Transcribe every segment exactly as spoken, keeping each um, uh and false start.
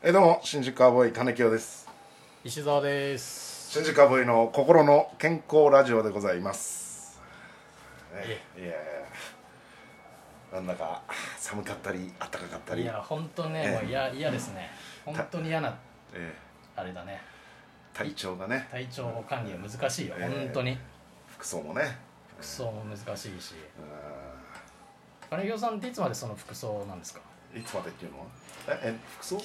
えーどうも新宿カウボーイ金清です。 石澤です。 新宿カウボーイの心の健康ラジオでございます。いやいやなんだか寒かったり暖かかったり、 いや本当ね、 えーもう嫌嫌ですね。本当に嫌なえあれだね。 ー体調がね、 体調管理は難しいよ、 えー本当に。 服装もね、 服装も難しいし。 う金城さんっていつまでその服装なんですか？ ーいつまでっていうのはええ服装、 はい。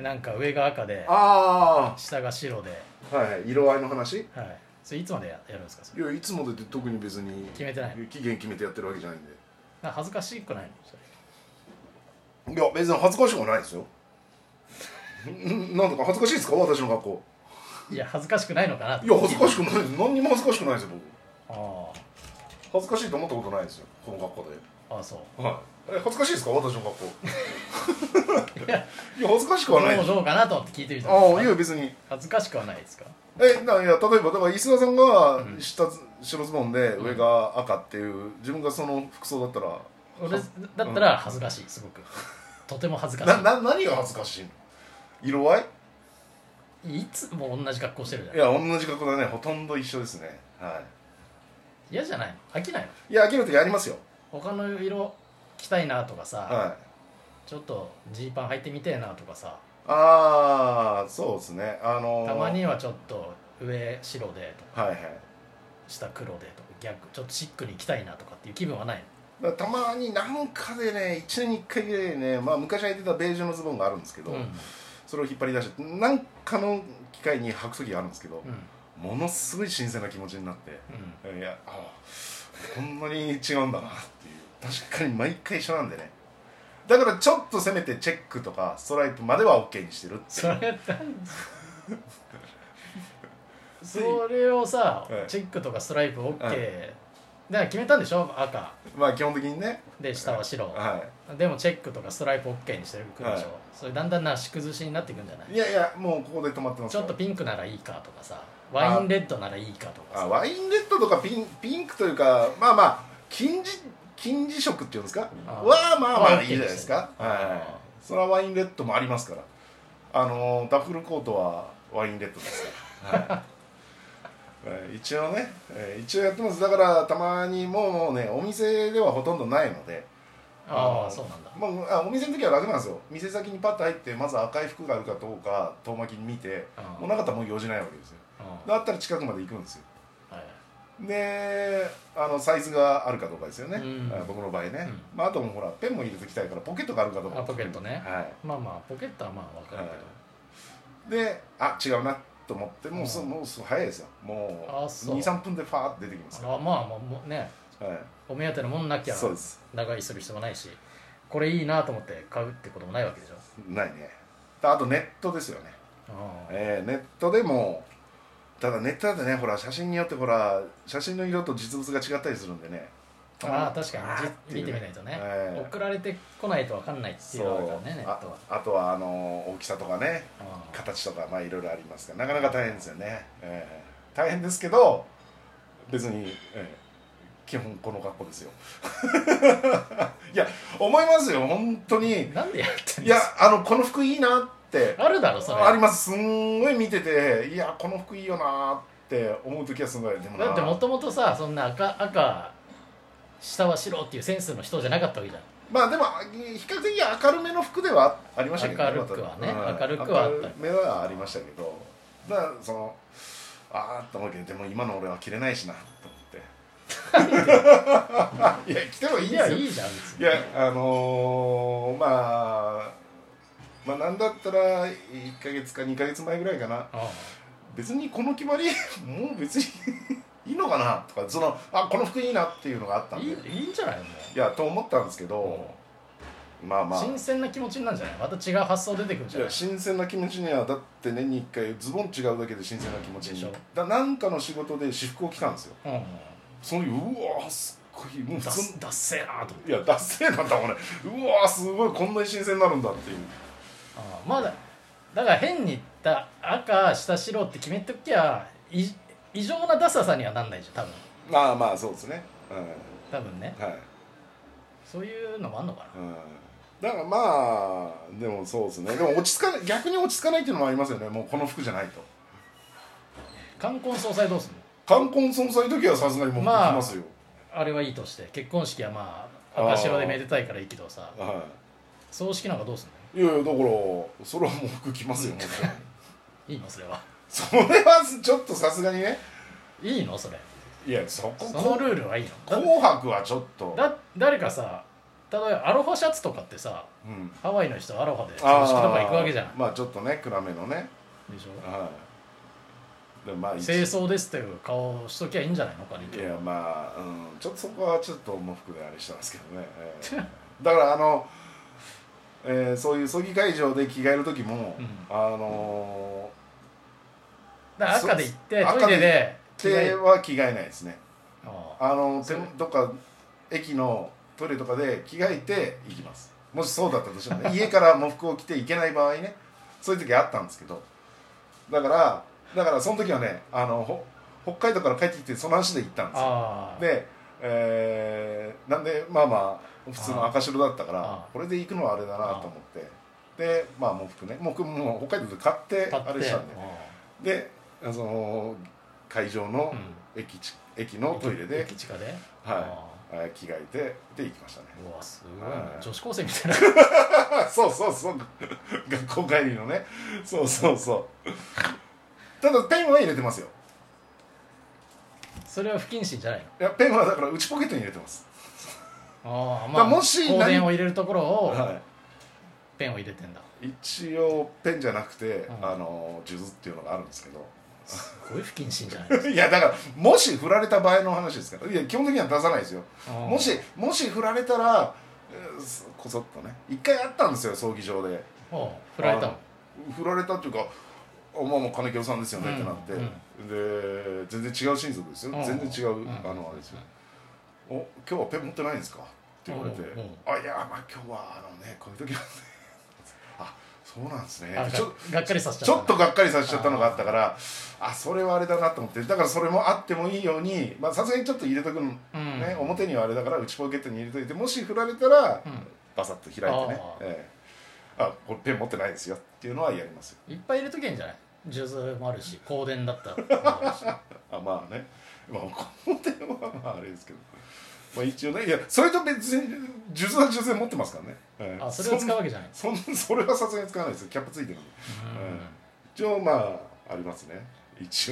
なんか上が赤であ下が白で、 あはい色合いの話。 はい。それいつまでややるんですか？それいやいつまでって特に別に決めてない。 期限決めてやってるわけじゃないんで。 なんか恥ずかしくないの？それいや別に恥ずかしくはないですよ。んなんだか恥ずかしいですか私の格好。 いや恥ずかしくないのかなと。 いや恥ずかしくないです。何にも恥ずかしくないですよ僕。 あ恥ずかしいと思ったことないですよこの格好で。 あ、ああそうはい。え恥ずかしいですか私の格好。 いやいや恥ずかしくはないどうです。 どうかなと思って聞いてみたんああいですや別に。 恥ずかしくはないですか？ えないや例えばだから石田さんがうん下白ズボンで上が赤っていう自分がその服装だったら、 俺だったら恥ずかしい、すごくとても恥ずかしなな何が恥ずかしいの？色合い？ い。いつも同じ格好してるじゃん。 いや同じ格好だね。ほとんど一緒ですね。は嫌じゃないの？飽きないの？ い。いや飽きる時ありますよ。 他の色着たいなとかさ、 はい。 ちょっとジーパン履いてみてえなとかさ、 ああそうですね。あのー、 たまにはちょっと上白でとかはいはい。 下黒でとか逆ちょっとシックに着たいなとかっていう気分はないだからたまになんかでねいちねんにいっかいぐらいね、まあ、昔履いてたベージュのズボンがあるんですけど、 の？うんそれを引っ張り出してなんかの機会に履く時があるんですけど、 うんものすごい新鮮な気持ちになってうん。 いやあこんなに違うんだなっていう確かに毎回一緒なんでね。だからちょっとせめてチェックとかストライプまでは OK にしてるってそれってそれをさ、 はいチェックとかストライプ OK、 はいだから決めたんでしょ？赤まあ基本的にね。 で下は白、 はでもチェックとかストライプ OK にしてくるでしょ、 はいそれだんだんなし崩しになっていくんじゃない？ いいやいやもうここで止まってますからちょっとピンクならいいかとかさ、ワインレッドならいいかとかさ。 あワインレッドとかピンピンクというかまあまあ金地金地色っていうんですかあはまあまあいいじゃワインないですか。 あはいそれはワインレッドもありますからあのダッフルコートはワインレッドですから、はいえー一応ね、えー一応やってます。だからたまにもうもうねお店ではほとんどないのでああのそうなんだ。 まあ、あお店の時は楽なんですよ。店先にパッと入ってまず赤い服があるかどうか遠巻きに見てあもうなかったらもう用事ないわけですよ。 あだったら近くまで行くんですよ。 はいであのサイズがあるかどうかですよね、 うんあ僕の場合ね、 うんまあ、あともほらペンも入れておきたいからポケットがあるかどうかあポケットね、 はまあまあポケットはまあ分かるけど、 い、であ違うなと思ってもうす,、 うんもうすぐ早いですよ。もうあそうにさんぷんでファーって出てきますかあまあまあもうねら、はい、 お目当てのもんなきゃそうです長居する必要もないし、これいいなと思って買うってこともないわけでしょ。 ないね。あとネットですよね、 ああえーネットでもただネットだとねほら写真によってほら写真の色と実物が違ったりするんでねああ確かにあーっていうねじ見てみないとね、 ええ送られてこないと分かんないっていうのがあるからねネットは。 ああとはあの大きさとかねああ形とかまあいろいろありますからなかなか大変ですよね、ええ大変ですけど別に、ええ基本この格好ですよいや思いますよ本当に。 なんでやってんいやですか？ あのこの服いいなってあるだろそれ。 ありますすんごい見てていやこの服いいよなって思う時はすごい。でもなだってもともとさそんな赤赤下は白っていうセンスの人じゃなかったわけじゃん。 まあでも比較的明るめの服ではありましたけど明るくはねまたうん明るくはあった明るめはありましたけどだからそのああと思うけどでも今の俺は着れないしなと思っていや着てもいいいですよ。 やいいじゃん別に。 いやあのー、まあまあなんだったらいっかげつかにかげつまえぐらいかなあ別にこの決まりもう別にいいのかなとかそのあこの服いいなっていうのがあったあいんでいいいんじゃないのもいやと思ったんですけどうまあまあ新鮮な気持ちになるんじゃない？また違う発想出てくるんじいやゃない？ 新鮮な気持ちにはだって年にいっかいズボン違うだけで新鮮な気持ちにでしょだなんかの仕事で私服を着たんですよ。 うんうんその時うわーすっごいもうだ普通っだっせーなと思って。 いやダッセーなんだもんねうわーすごいこんなに新鮮になるんだっていう。 ああまだだから変に言った赤下白って決めときゃい異常なダサさにはなんないじゃん多分。 まあまあそうですね、う多分ねん、はい、 そういうのもあんのかな。 うん、 だからまあでもそうですね。でも落ち着かない、逆に落ち着かないっていうのもありますよね。もうこの服じゃないと。 冠婚葬祭どうすんの？ 冠婚葬祭の時はさすがにもう行きますよ、 まあ、あれはいいとして結婚式はまあ赤白でめでたいからいいけどさ、 は葬式なんかどうすんの？ い、いやいやだからそれはもう服着ますよもちろんいいのそれは？ それはちょっとさすがにね。 いいのそれ？ いやそこそのルールはいいの？ 紅白はちょっとだ誰かさ、例えばアロハシャツとかってさ、 うん、 ハワイの人はアロハで葬式とか行くわけじゃん。 まあちょっとね暗めのねでしょ、 はいでまあ清掃ですっていう顔しときゃいいんじゃないのかね。 いやまあ、うん、ちょっとそこはちょっと喪服であれしてますけどね、えー、だからあの、えー、そういう葬儀会場で着替える時も、うん、あのー、だから赤で行ってトイレで手は着替えないですね。 ああのどっか駅のトイレとかで着替えて行きます。もしそうだったとしてもね家から喪服を着て行けない場合ね、そういう時あったんですけど、だからだからその時はねあの北海道から帰ってきてその足で行ったんですよ。で、えー、なんでまあまあ普通の赤白だったからこれで行くのはあれだなと思ってでまあ喪服ね喪服も北海道で買ってあれしたんででその会場の駅、うん、駅のトイレで駅地下で、 はい、着替えてで行きましたね。 うわすごいね、女子高生みたいなそうそうそう学校帰りのねそうそうそうただペンは入れてますよ。 それは不謹慎じゃないの？ いやペンはだから内ポケットに入れてます。 ああまあもし香典を入れるところを、はい、ペンを入れてんだ。 一応ペンじゃなくて、うん、あの数珠っていうのがあるんですけどすごい不謹慎じゃないですか。 いやだからもし振られた場合の話ですからいや基本的には出さないですよ。もしもし振られたらこそっとね一回あったんですよ葬儀場で。 振られたの？ 振られたっていうかまあまあ金清さんですよねってなって、うんうん、で全然違う親族ですよ、うん、全然違う、うん、あのあれですよ、うん、お今日はペン持ってないんですかって言われて、うんうん、あいやまあ今日はあのねこういう時はねあそうなんですねちょがっかりさせちゃった、 ちょっとがっかりさせちゃったのがあったからあそれはあれだなと思って、だからそれもあってもいいようにさすがにちょっと入れとくの、ね、うん、表にはあれだから内ポケットに入れといてもし振られたら、うん、バサッと開いてね、あ、ええ、あこれペン持ってないですよっていうのはやりますよ。 いっぱい入れとけんじゃない？数珠もあるし香典だったらあまあね、まあ香典はまああれですけど、まあ一応ね、いやそれと別に数珠は数珠で持ってますからね、 はい、あそれを使うわけじゃない。 そんそれはさすがに使わないですよ、キャップついてるんで、うん、一応まあありますね一応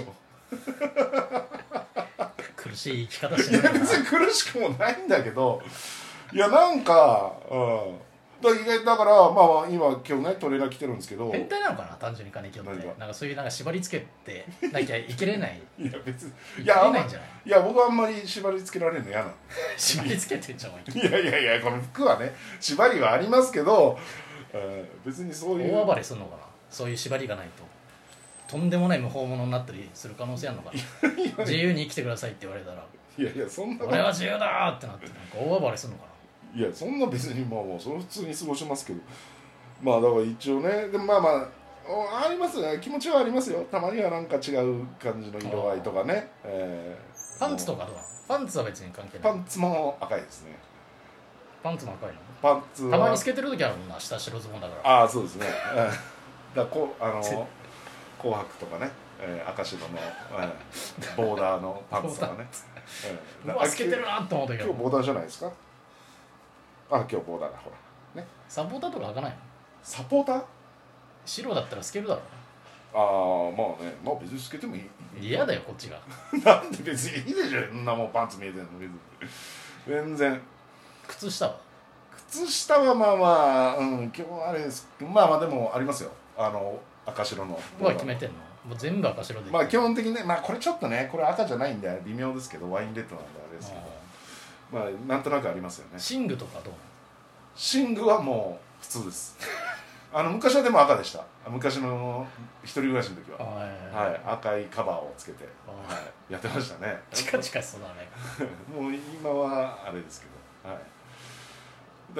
苦しい生き方してるな。 いや別に苦しくもないんだけど、いやなんかうんだだからまあ今今日ねトレーナー来てるんですけど、 変態なのかな単純に金清ってなんかそういうなんか縛り付けてなきゃいけれないいや別にいやいないんじゃない？ いや僕はあんまり縛り付けられるの嫌なの縛り付けてんじゃん。 いやいやいやこの服はね縛りはありますけど、えー、別にそういう大暴れするのかな、そういう縛りがないととんでもない無法者になったりする可能性あるのかな。自由に生きてくださいって言われたらいやいやそんな俺は自由だってなってなんか大暴れするのかな。 いやそんな別にまあもうそれ普通に過ごしますけど、まあだから一応ねでもまあまあありますね、気持ちはありますよ。たまにはなんか違う感じの色合いとかね、えー、パンツとかどうなの？パンツは別に関係ない。 パンツも赤いですね。 パンツも赤いの？ パンツはたまに透けてる時あるもんな、下白ズボンだから。 ああそうですねだこあの紅白とかね、えー、赤白の、えー、ボーダーのパンツとかねうわ透けてるなって思ったけど、 今日ボーダーじゃないですか。あ今日ボーダーだほらね。 サポーターとか開かないの？ サポーター白だったら透けるだろ。 ああまあね、まあ別に透けてもいい。 嫌だよこっちがなんで別にいいでしょ、そんなもんパンツ見えてんの別に全然。 靴下は？ 靴下はまあまあうん今日あれですまあまあでもありますよ、あの赤白のは決めてんの？もう全部赤白で。 まあ基本的にね、まあこれちょっとねこれ赤じゃないんで微妙ですけどワインレッドなんであれですけど、まあなんとなくありますよね。 寝具とかどう？ 寝具はもう普通ですあの昔はでも赤でした。昔の一人暮らしの時は、はい、赤いカバーをつけて、はい、やってましたね。 チカチカしそうだねもう今はあれですけど、はい、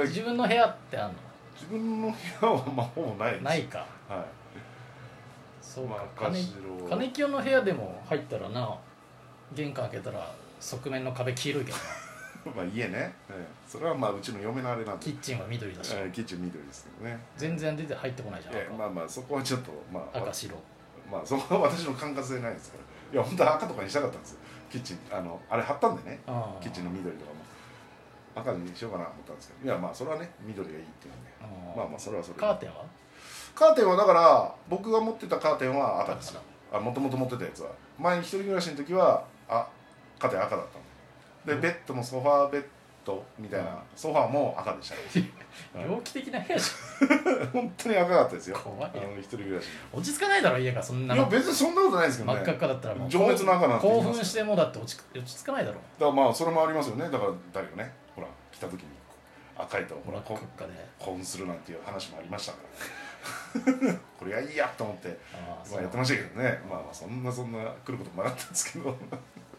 自分の部屋ってあるの？ 自分の部屋はまあほぼないです。 ないか。 はい。 そうか、まあ、金, 金清の部屋でも入ったらな、玄関開けたら側面の壁黄色いけどなまあ家ね、ええそれはまあうちの嫁のあれなんでキッチンは緑だし、 ええキッチン緑ですけどね。 全然出て入ってこないじゃん、赤ええまあまあそこはちょっとまあ赤白。 まあそこは私の管轄でないですからいや本当は赤とかにしたかったんですよキッチンあのあれ貼ったんでねあキッチンの緑とかも赤にしようかなと思ったんですけどいやまあそれはね緑がいいっていうんであまあまあそれはそれでカーテンはカーテンはだから僕が持ってたカーテンは赤ですよあもともと持ってたやつは前に一人暮らしの時はあカーテン赤だったのでベッドもソファーベッドみたいなソファーも赤でしたね猟奇的な部屋じ本当に赤かったですよ怖いよあの一人暮らしゃん。落ち着かないだろ家がそんないやの別にそんなことないですけどね真っ赤っかだったらもう情熱の赤なんて言います興奮してもだって落ち落ち着かないだろ。 だからまあそれもありますよねだから誰かねほら来た時に赤いとほら真っこ赤っかで興奮するなんていう話もありましたからこれがいいやと思ってああまあやってましたけどねまあまあそんなそんな来ることもなかったんですけど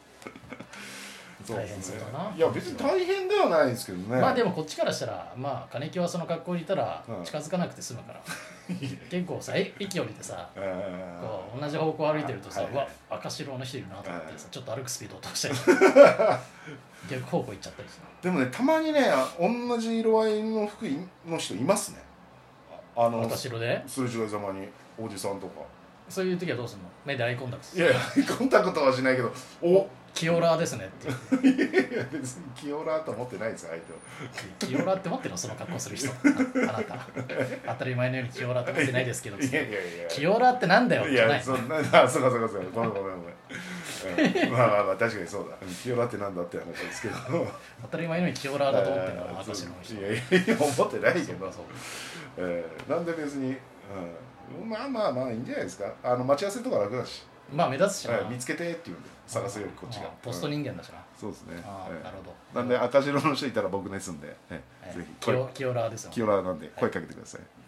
大変そうだな。 いや別に大変ではないですけどねまあでもこっちからしたらまあ金木はその格好にいたらうん近づかなくて済むから、結構さえ駅降りてさえこう同じ方向歩いてるとさ、 はいうわ赤白の人いるなと思ってさはいちょっと歩くスピード落としたり逆方向行っちゃったりする。 でもねたまにね同じ色合いの服の人いますねあの赤白ですれ違いざまにおじさんとかそういう時はどうするの？目でアイコンタクトする。 いやいやコンタクトはしないけどおキオラーですねって言っていや別にキオラーと思ってないですよ相手はキオラーって持ってるのその格好する人ああなた当たり前のようにキオラーって持ってないですけどいやいやいやキオラーってなんだよいじゃないやそんなあそうかそうかそうかごめんごめんごめん、うん、まあまあまあ確かにそうだキオラーってなんだって話ですけど当たり前のようにキオラーだと思ってるのは赤白の人。 いやいやいや思ってないけどそうかそうかえーなんで別に、うん、まあまあまあいいんじゃないですかあの待ち合わせとか楽だし、 まあ目立つしな、 はい見つけてって言うんで探すよりこっちがあポスト人間だしな、 そうですね、 ああええなるほど。 なんで赤白の人いたら僕ですんで、ええはいぜひキオキオラーですよ。 キオラーなんで声かけてください